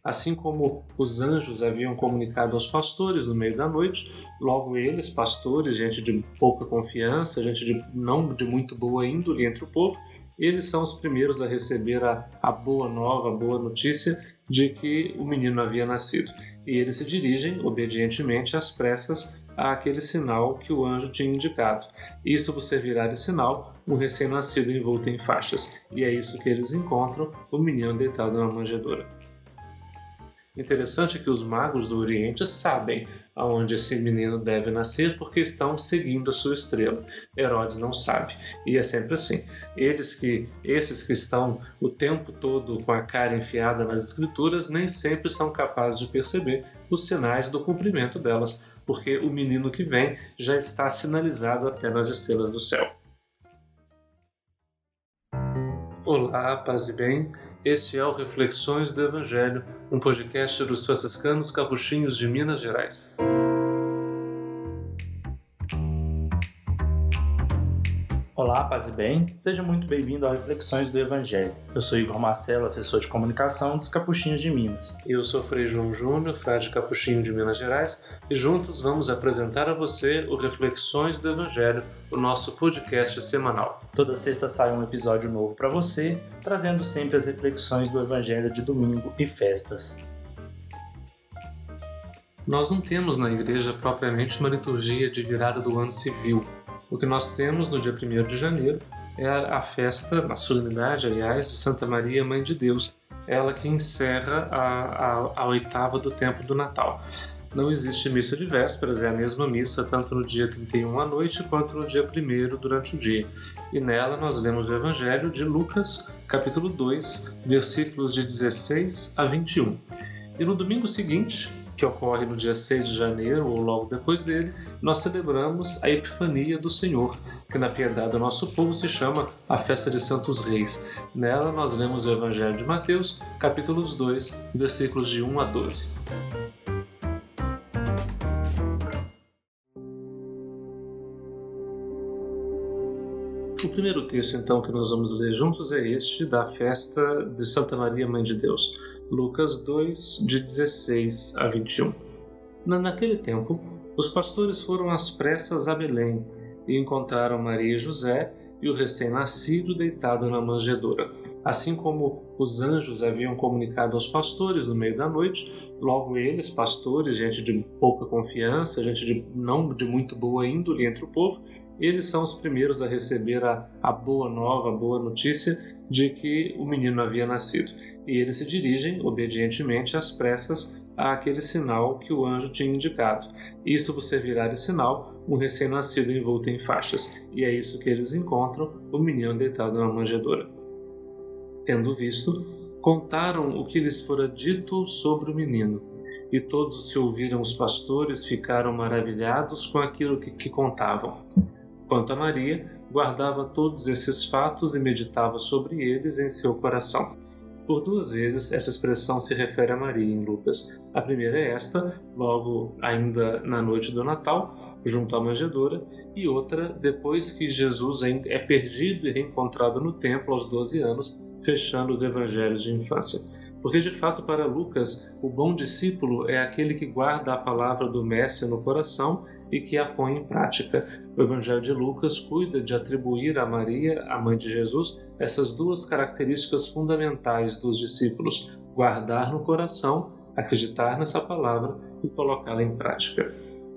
Assim como os anjos haviam comunicado aos pastores no meio da noite, logo eles, pastores, gente de pouca confiança, gente não de muito boa índole entre o povo, eles são os primeiros a receber a boa nova, a boa notícia de que o menino havia nascido. E eles se dirigem, obedientemente, às pressas, àquele sinal que o anjo tinha indicado. Isso vos servirá de sinal, um recém-nascido envolto em faixas. E é isso que eles encontram, o menino deitado na manjedoura. Interessante que os magos do Oriente sabem aonde esse menino deve nascer porque estão seguindo a sua estrela. Herodes não sabe. E é sempre assim. Esses que estão o tempo todo com a cara enfiada nas escrituras nem sempre são capazes de perceber os sinais do cumprimento delas, porque o menino que vem já está sinalizado até nas estrelas do céu. Olá, paz e bem. Este é o Reflexões do Evangelho, um podcast dos franciscanos capuchinhos de Minas Gerais. Olá, paz e bem. Seja muito bem-vindo ao Reflexões do Evangelho. Eu sou Igor Marcelo, assessor de comunicação dos Capuchinhos de Minas. Eu sou Frei João Júnior, frade capuchinho de Minas Gerais, e juntos vamos apresentar a você o Reflexões do Evangelho, o nosso podcast semanal. Toda sexta sai um episódio novo para você, trazendo sempre as reflexões do Evangelho de domingo e festas. Nós não temos na igreja propriamente uma liturgia de virada do ano civil. O que nós temos no dia 1º de janeiro é a festa, a solenidade, aliás, de Santa Maria, Mãe de Deus, ela que encerra a oitava do tempo do Natal. Não existe missa de vésperas, é a mesma missa tanto no dia 31 à noite quanto no dia 1º durante o dia. E nela nós lemos o Evangelho de Lucas, capítulo 2, versículos de 16 a 21. E no domingo seguinte, que ocorre no dia 6 de janeiro ou logo depois dele, nós celebramos a Epifania do Senhor, que na piedade do nosso povo se chama a Festa de Santos Reis. Nela nós lemos o Evangelho de Mateus, capítulos 2, versículos de 1 a 12. O primeiro texto, então, que nós vamos ler juntos é este, da festa de Santa Maria, Mãe de Deus, Lucas 2, de 16 a 21. Naquele tempo, os pastores foram às pressas a Belém e encontraram Maria e José e o recém-nascido deitado na manjedoura. Assim como os anjos haviam comunicado aos pastores no meio da noite, logo eles, pastores, gente de pouca confiança, gente não de muito boa índole entre o povo, eles são os primeiros a receber a boa nova, a boa notícia de que o menino havia nascido. E eles se dirigem, obedientemente, às pressas, àquele sinal que o anjo tinha indicado. Isso vos servirá de sinal, um recém-nascido envolto em faixas. E é isso que eles encontram, o menino deitado na manjedoura. Tendo visto, contaram o que lhes fora dito sobre o menino. E todos os que ouviram os pastores ficaram maravilhados com aquilo que contavam. Quanto a Maria, guardava todos esses fatos e meditava sobre eles em seu coração. Por 2 vezes essa expressão se refere a Maria em Lucas. A primeira é esta, logo ainda na noite do Natal, junto à manjedoura, e outra depois que Jesus é perdido e reencontrado no templo aos 12 anos, fechando os evangelhos de infância. Porque de fato para Lucas, o bom discípulo é aquele que guarda a palavra do Mestre no coração e que a põe em prática. O Evangelho de Lucas cuida de atribuir a Maria, a mãe de Jesus, essas 2 características fundamentais dos discípulos: guardar no coração, acreditar nessa palavra e colocá-la em prática.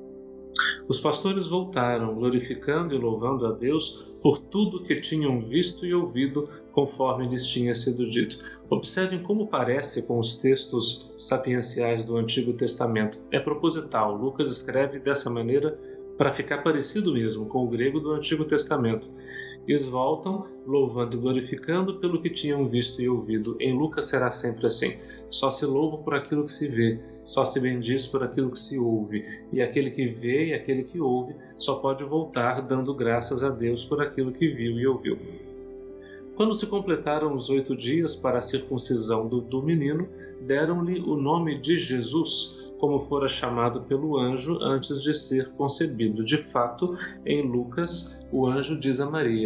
Os pastores voltaram, glorificando e louvando a Deus por tudo que tinham visto e ouvido, conforme lhes tinha sido dito. Observem como parece com os textos sapienciais do Antigo Testamento. É proposital. Lucas escreve dessa maneira para ficar parecido mesmo com o grego do Antigo Testamento. Eles voltam, louvando e glorificando pelo que tinham visto e ouvido. Em Lucas será sempre assim. Só se louva por aquilo que se vê, só se bendiz por aquilo que se ouve. E aquele que vê e aquele que ouve só pode voltar dando graças a Deus por aquilo que viu e ouviu. Quando se completaram os 8 dias para a circuncisão do menino, deram-lhe o nome de Jesus, como fora chamado pelo anjo antes de ser concebido. De fato, em Lucas, o anjo diz a Maria: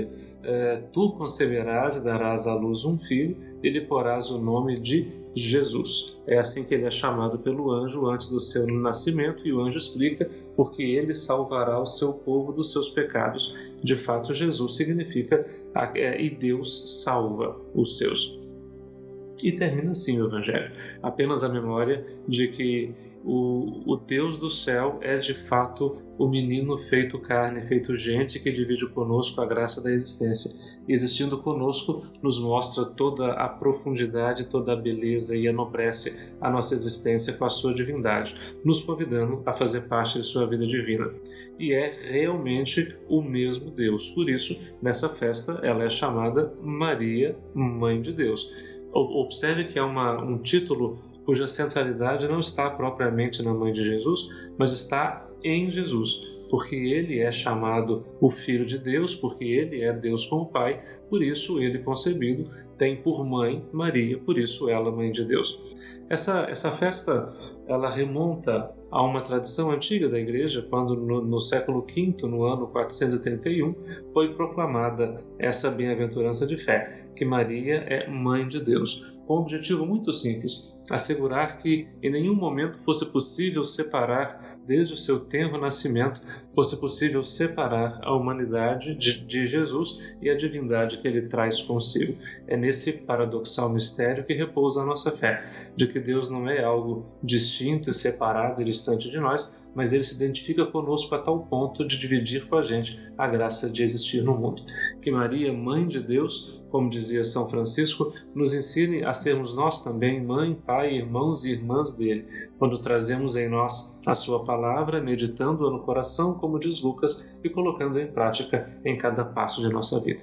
tu conceberás e darás à luz um filho, e lhe porás o nome de Jesus. É assim que ele é chamado pelo anjo antes do seu nascimento, e o anjo explica porque ele salvará o seu povo dos seus pecados. De fato, Jesus significa e Deus salva os seus. E termina assim o Evangelho, apenas a memória de que o Deus do céu é de fato o menino feito carne, feito gente, que divide conosco a graça da existência. E existindo conosco, nos mostra toda a profundidade, toda a beleza e enobrece a nossa existência com a sua divindade, nos convidando a fazer parte de sua vida divina. E é realmente o mesmo Deus. Por isso, nessa festa, ela é chamada Maria, Mãe de Deus. Observe que é um título cuja centralidade não está propriamente na mãe de Jesus, mas está em Jesus, porque ele é chamado o Filho de Deus, porque ele é Deus como Pai, por isso ele concebido tem por mãe Maria, por isso ela Mãe de Deus. Essa festa ela remonta a uma tradição antiga da Igreja, quando no século V, no ano 431, foi proclamada essa bem-aventurança de fé, que Maria é Mãe de Deus, com um objetivo muito simples: assegurar que em nenhum momento fosse possível separar, desde o seu tenro nascimento, fosse possível separar a humanidade de Jesus e a divindade que ele traz consigo. É nesse paradoxal mistério que repousa a nossa fé, de que Deus não é algo distinto e separado e distante de nós, mas ele se identifica conosco a tal ponto de dividir com a gente a graça de existir no mundo. Que Maria, Mãe de Deus, como dizia São Francisco, nos ensine a sermos nós também mãe, pai, irmãos e irmãs dele, quando trazemos em nós a sua palavra, meditando-a no coração, como diz Lucas, e colocando em prática em cada passo de nossa vida.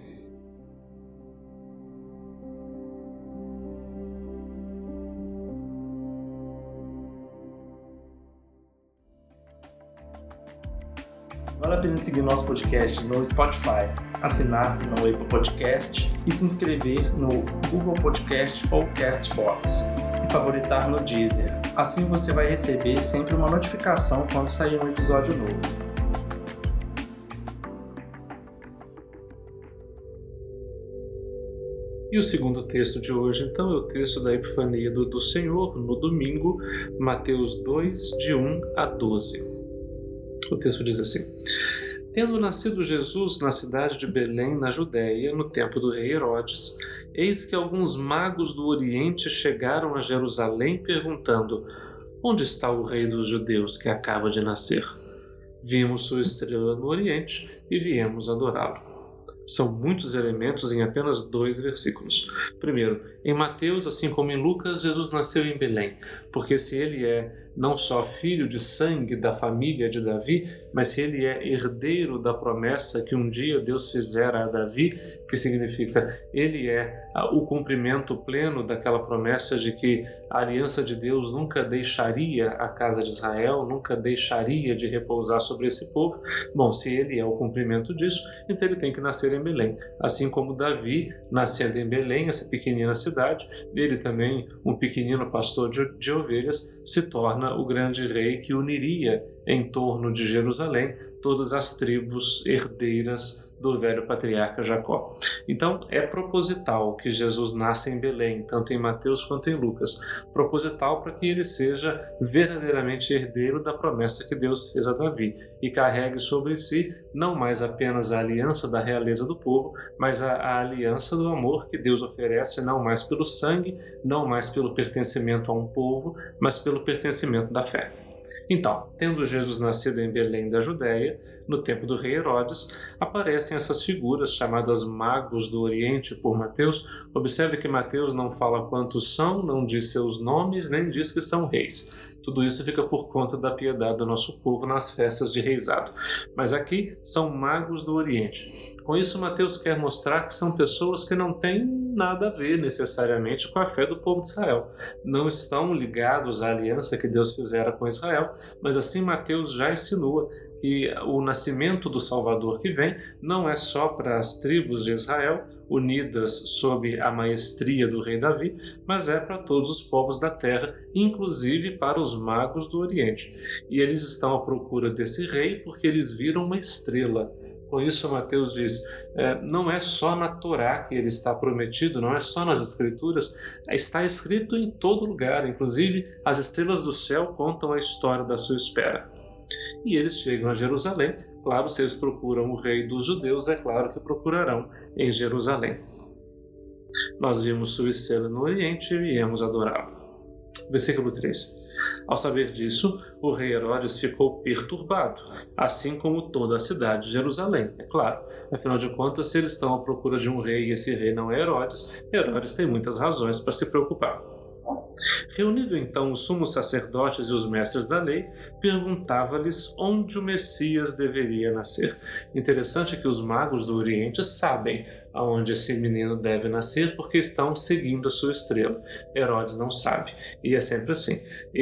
Vale a pena seguir nosso podcast no Spotify, assinar no Apple Podcast e se inscrever no Google Podcast ou Castbox e favoritar no Deezer. Assim você vai receber sempre uma notificação quando sair um episódio novo. E o segundo texto de hoje, então, é o texto da Epifania do Senhor, no domingo, Mateus 2, de 1 a 12. O texto diz assim: Tendo nascido Jesus na cidade de Belém, na Judéia, no tempo do rei Herodes, eis que alguns magos do Oriente chegaram a Jerusalém perguntando: Onde está o rei dos judeus que acaba de nascer? Vimos sua estrela no Oriente e viemos adorá-lo. São muitos elementos em apenas 2 versículos. Primeiro, em Mateus, assim como em Lucas, Jesus nasceu em Belém, porque se ele é não só filho de sangue da família de Davi, mas se ele é herdeiro da promessa que um dia Deus fizera a Davi, que significa ele é o cumprimento pleno daquela promessa de que a aliança de Deus nunca deixaria a casa de Israel, nunca deixaria de repousar sobre esse povo. Bom, se ele é o cumprimento disso, então ele tem que nascer em Belém. Assim como Davi, nascendo em Belém, essa pequenina cidade, ele também, um pequenino pastor de ovelhas, se torna o grande rei que uniria em torno de Jerusalém todas as tribos herdeiras do velho patriarca Jacó. Então, é proposital que Jesus nasça em Belém, tanto em Mateus quanto em Lucas. Proposital para que ele seja verdadeiramente herdeiro da promessa que Deus fez a Davi e carregue sobre si não mais apenas a aliança da realeza do povo, mas a aliança do amor que Deus oferece não mais pelo sangue, não mais pelo pertencimento a um povo, mas pelo pertencimento da fé. Então, tendo Jesus nascido em Belém da Judéia, no tempo do rei Herodes, aparecem essas figuras chamadas magos do Oriente por Mateus. Observe que Mateus não fala quantos são, não diz seus nomes, nem diz que são reis. Tudo isso fica por conta da piedade do nosso povo nas festas de reisado. Mas aqui são magos do Oriente. Com isso, Mateus quer mostrar que são pessoas que não têm nada a ver necessariamente com a fé do povo de Israel. Não estão ligados à aliança que Deus fizera com Israel, mas assim Mateus já insinua que o nascimento do Salvador que vem não é só para as tribos de Israel, unidas sob a maestria do rei Davi, mas é para todos os povos da terra, inclusive para os magos do Oriente. E eles estão à procura desse rei porque eles viram uma estrela. Com isso, Mateus diz, não é só na Torá que ele está prometido, não é só nas Escrituras, está escrito em todo lugar, inclusive as estrelas do céu contam a história da sua espera. E eles chegam a Jerusalém, claro, se eles procuram o rei dos judeus, é claro que procurarão em Jerusalém. Nós vimos sua estrela no Oriente e viemos adorá-lo. Versículo 3. Ao saber disso, o rei Herodes ficou perturbado, assim como toda a cidade de Jerusalém, é claro. Afinal de contas, se eles estão à procura de um rei e esse rei não é Herodes, Herodes tem muitas razões para se preocupar. Reunido então os sumos sacerdotes e os mestres da lei, perguntava-lhes onde o Messias deveria nascer. Interessante que os magos do Oriente sabem aonde esse menino deve nascer porque estão seguindo a sua estrela. Herodes não sabe. E é sempre assim.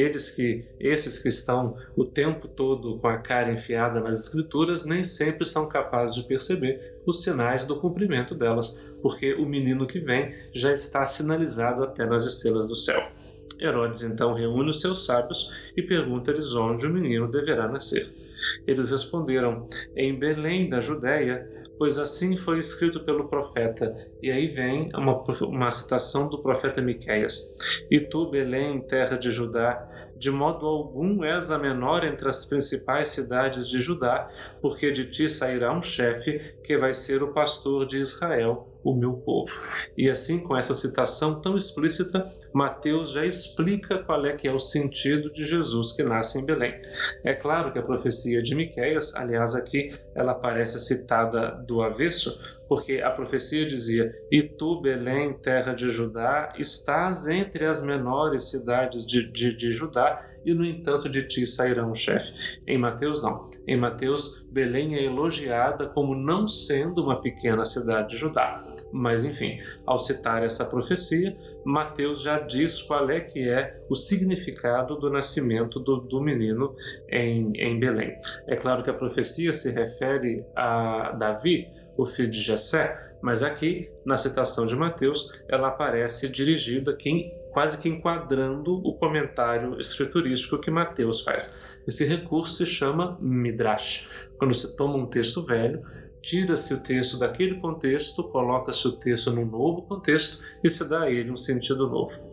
Esses que estão o tempo todo com a cara enfiada nas escrituras nem sempre são capazes de perceber os sinais do cumprimento delas, porque o menino que vem já está sinalizado até nas estrelas do céu. Herodes então reúne os seus sábios e pergunta-lhes onde o menino deverá nascer. Eles responderam, em Belém da Judéia, pois assim foi escrito pelo profeta. E aí vem uma citação do profeta Miqueias. E tu, Belém, terra de Judá, de modo algum és a menor entre as principais cidades de Judá, porque de ti sairá um chefe que vai ser o pastor de Israel, o meu povo. E assim, com essa citação tão explícita, Mateus já explica qual é que é o sentido de Jesus que nasce em Belém. É claro que a profecia de Miqueias, aliás, aqui ela aparece citada do avesso, porque a profecia dizia, e tu, Belém, terra de Judá, estás entre as menores cidades de Judá, e no entanto de ti sairá um chefe. Em Mateus não. Em Mateus, Belém é elogiada como não sendo uma pequena cidade de Judá. Mas enfim, ao citar essa profecia, Mateus já diz qual é que é o significado do nascimento do menino em Belém. É claro que a profecia se refere a Davi, o filho de Jessé, mas aqui, na citação de Mateus, ela aparece dirigida quase que enquadrando o comentário escriturístico que Mateus faz. Esse recurso se chama Midrash. Quando se toma um texto velho, tira-se o texto daquele contexto, coloca-se o texto num novo contexto e se dá a ele um sentido novo.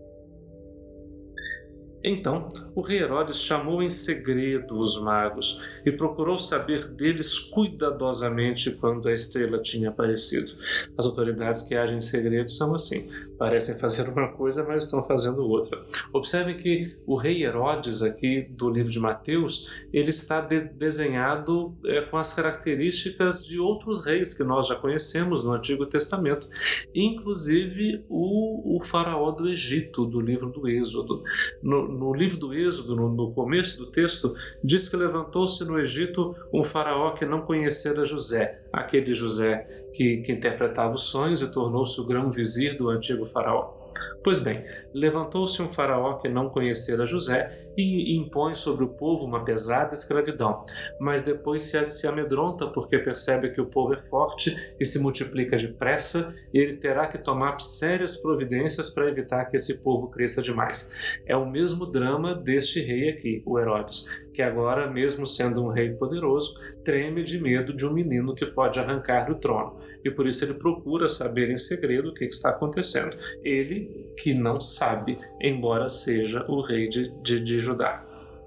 Então, o rei Herodes chamou em segredo os magos e procurou saber deles cuidadosamente quando a estrela tinha aparecido. As autoridades que agem em segredo são assim, parecem fazer uma coisa, mas estão fazendo outra. Observe que o rei Herodes, aqui do livro de Mateus, ele está desenhado com as características de outros reis que nós já conhecemos no Antigo Testamento, inclusive o faraó do Egito, do livro do Êxodo. No livro do Êxodo, no começo do texto, diz que levantou-se no Egito um faraó que não conhecera José, aquele José que interpretava os sonhos e tornou-se o grão-vizir do antigo faraó. Pois bem, levantou-se um faraó que não conhecera José e impõe sobre o povo uma pesada escravidão, mas depois se amedronta porque percebe que o povo é forte e se multiplica depressa e ele terá que tomar sérias providências para evitar que esse povo cresça demais. É o mesmo drama deste rei aqui, o Herodes, que agora, mesmo sendo um rei poderoso, treme de medo de um menino que pode arrancar do trono. E por isso ele procura saber em segredo o que está acontecendo. Ele que não sabe, embora seja o rei de Judá.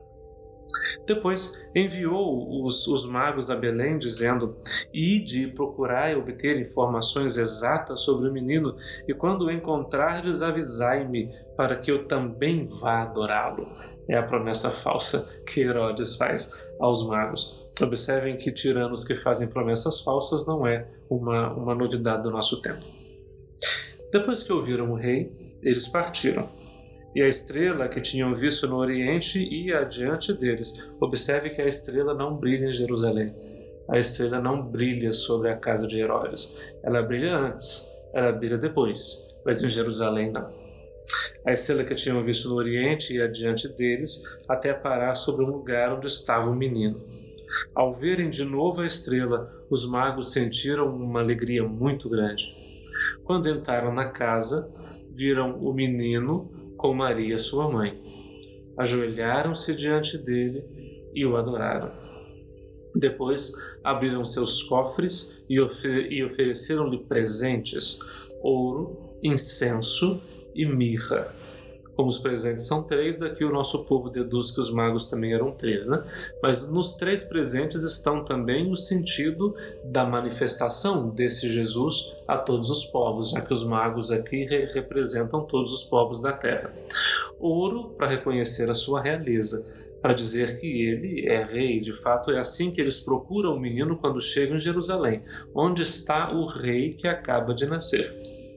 Depois enviou os magos a Belém, dizendo, ide procurai obter informações exatas sobre o menino, e quando o encontrardes avisai-me, para que eu também vá adorá-lo. É a promessa falsa que Herodes faz aos magos. Observem que tiranos que fazem promessas falsas não é uma novidade do nosso tempo. Depois que ouviram o rei, eles partiram. E a estrela que tinham visto no Oriente ia adiante deles. Observe que a estrela não brilha em Jerusalém. A estrela não brilha sobre a casa de Herodes. Ela brilha antes, ela brilha depois, mas em Jerusalém não. A estrela que tinham visto no Oriente ia adiante deles até parar sobre um lugar onde estava o menino. Ao verem de novo a estrela, os magos sentiram uma alegria muito grande. Quando entraram na casa, viram o menino com Maria, sua mãe. Ajoelharam-se diante dele e o adoraram. Depois abriram seus cofres e ofereceram-lhe presentes, ouro, incenso e mirra. Como os presentes são 3, daqui o nosso povo deduz que os magos também eram 3, né? Mas nos 3 presentes estão também o sentido da manifestação desse Jesus a todos os povos, já que os magos aqui representam todos os povos da terra. Ouro para reconhecer a sua realeza, para dizer que ele é rei. De fato, é assim que eles procuram o menino quando chegam em Jerusalém, onde está o rei que acaba de nascer.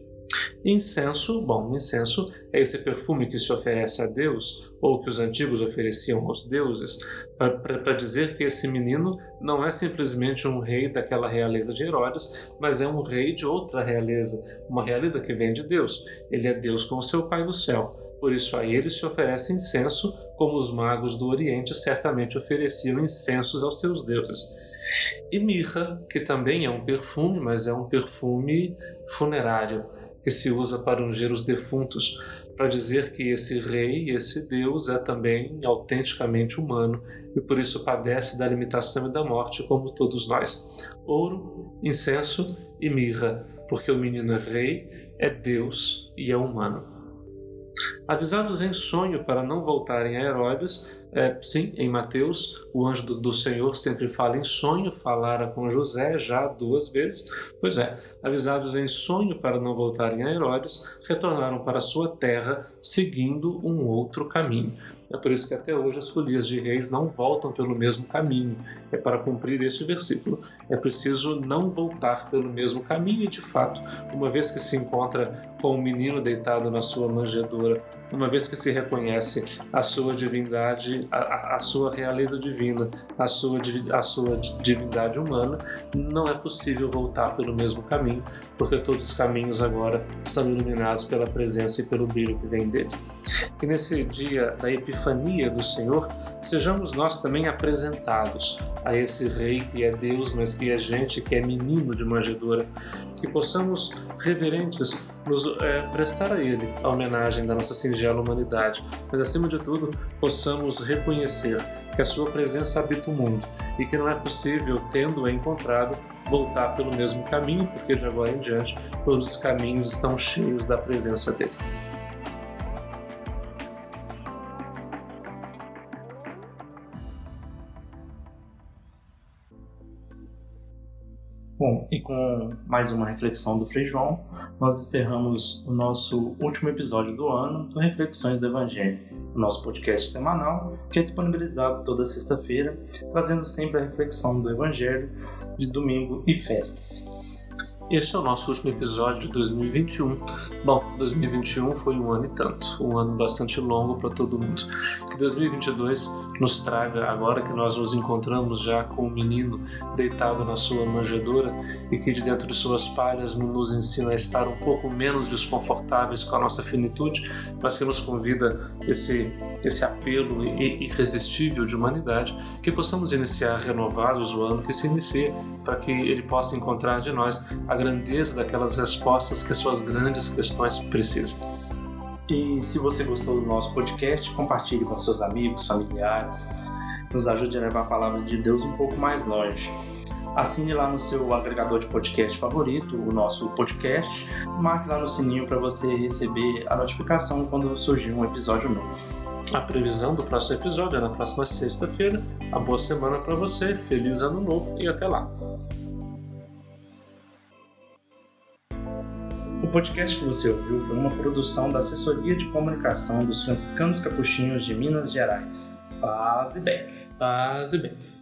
Incenso é esse perfume que se oferece a Deus, ou que os antigos ofereciam aos deuses, para dizer que esse menino não é simplesmente um rei daquela realeza de Herodes, mas é um rei de outra realeza, uma realeza que vem de Deus. Ele é Deus com o seu Pai do céu. Por isso a ele se oferece incenso, como os magos do Oriente certamente ofereciam incensos aos seus deuses. E mirra, que também é um perfume, mas é um perfume funerário, que se usa para ungir os defuntos, para dizer que esse rei, esse Deus, é também autenticamente humano e por isso padece da limitação e da morte como todos nós. Ouro, incenso e mirra, porque o menino é rei, é Deus e é humano. Avisados em sonho para não voltarem a Herodes, sim, em Mateus, o anjo do Senhor sempre fala em sonho, falara com José já 2 vezes. Pois é, avisados em sonho para não voltarem a Herodes, retornaram para sua terra, seguindo um outro caminho. É por isso que até hoje as folias de reis não voltam pelo mesmo caminho. É para cumprir este versículo. É preciso não voltar pelo mesmo caminho e, de fato, uma vez que se encontra com o menino deitado na sua manjedoura, uma vez que se reconhece a sua divindade, a sua realeza divina, a sua divindade humana, não é possível voltar pelo mesmo caminho, porque todos os caminhos agora são iluminados pela presença e pelo brilho que vem dele. Que nesse dia da Epifania do Senhor, sejamos nós também apresentados a esse Rei que é Deus, mas que é gente, que é menino de manjedoura, que possamos, reverentes, nos prestar a Ele a homenagem da nossa singela humanidade, mas acima de tudo, possamos reconhecer que a sua presença habita o mundo e que não é possível, tendo-a encontrado, voltar pelo mesmo caminho, porque de agora em diante todos os caminhos estão cheios da presença dele. Bom, e com mais uma reflexão do Frei João, nós encerramos o nosso último episódio do ano do Reflexões do Evangelho, o nosso podcast semanal, que é disponibilizado toda sexta-feira, trazendo sempre a reflexão do Evangelho de domingo e festas. Este é o nosso último episódio de 2021. Bom, 2021 foi um ano e tanto, um ano bastante longo para todo mundo. Que 2022 nos traga, agora que nós nos encontramos já com o menino deitado na sua manjedoura e que de dentro de suas palhas nos ensina a estar um pouco menos desconfortáveis com a nossa finitude, mas que nos convida esse apelo irresistível de humanidade, que possamos iniciar renovados o ano que se inicia, para que ele possa encontrar de nós a grandeza daquelas respostas que suas grandes questões precisam. E se você gostou do nosso podcast, compartilhe com seus amigos, familiares, nos ajude a levar a palavra de Deus um pouco mais longe. Assine lá no seu agregador de podcast favorito, o nosso podcast, marque lá no sininho para você receber a notificação quando surgir um episódio novo. A previsão do próximo episódio é na próxima sexta-feira. Uma boa semana para você, feliz ano novo e até lá! O podcast que você ouviu foi uma produção da Assessoria de Comunicação dos Franciscanos Capuchinhos de Minas Gerais. Paz e bem. Paz e bem.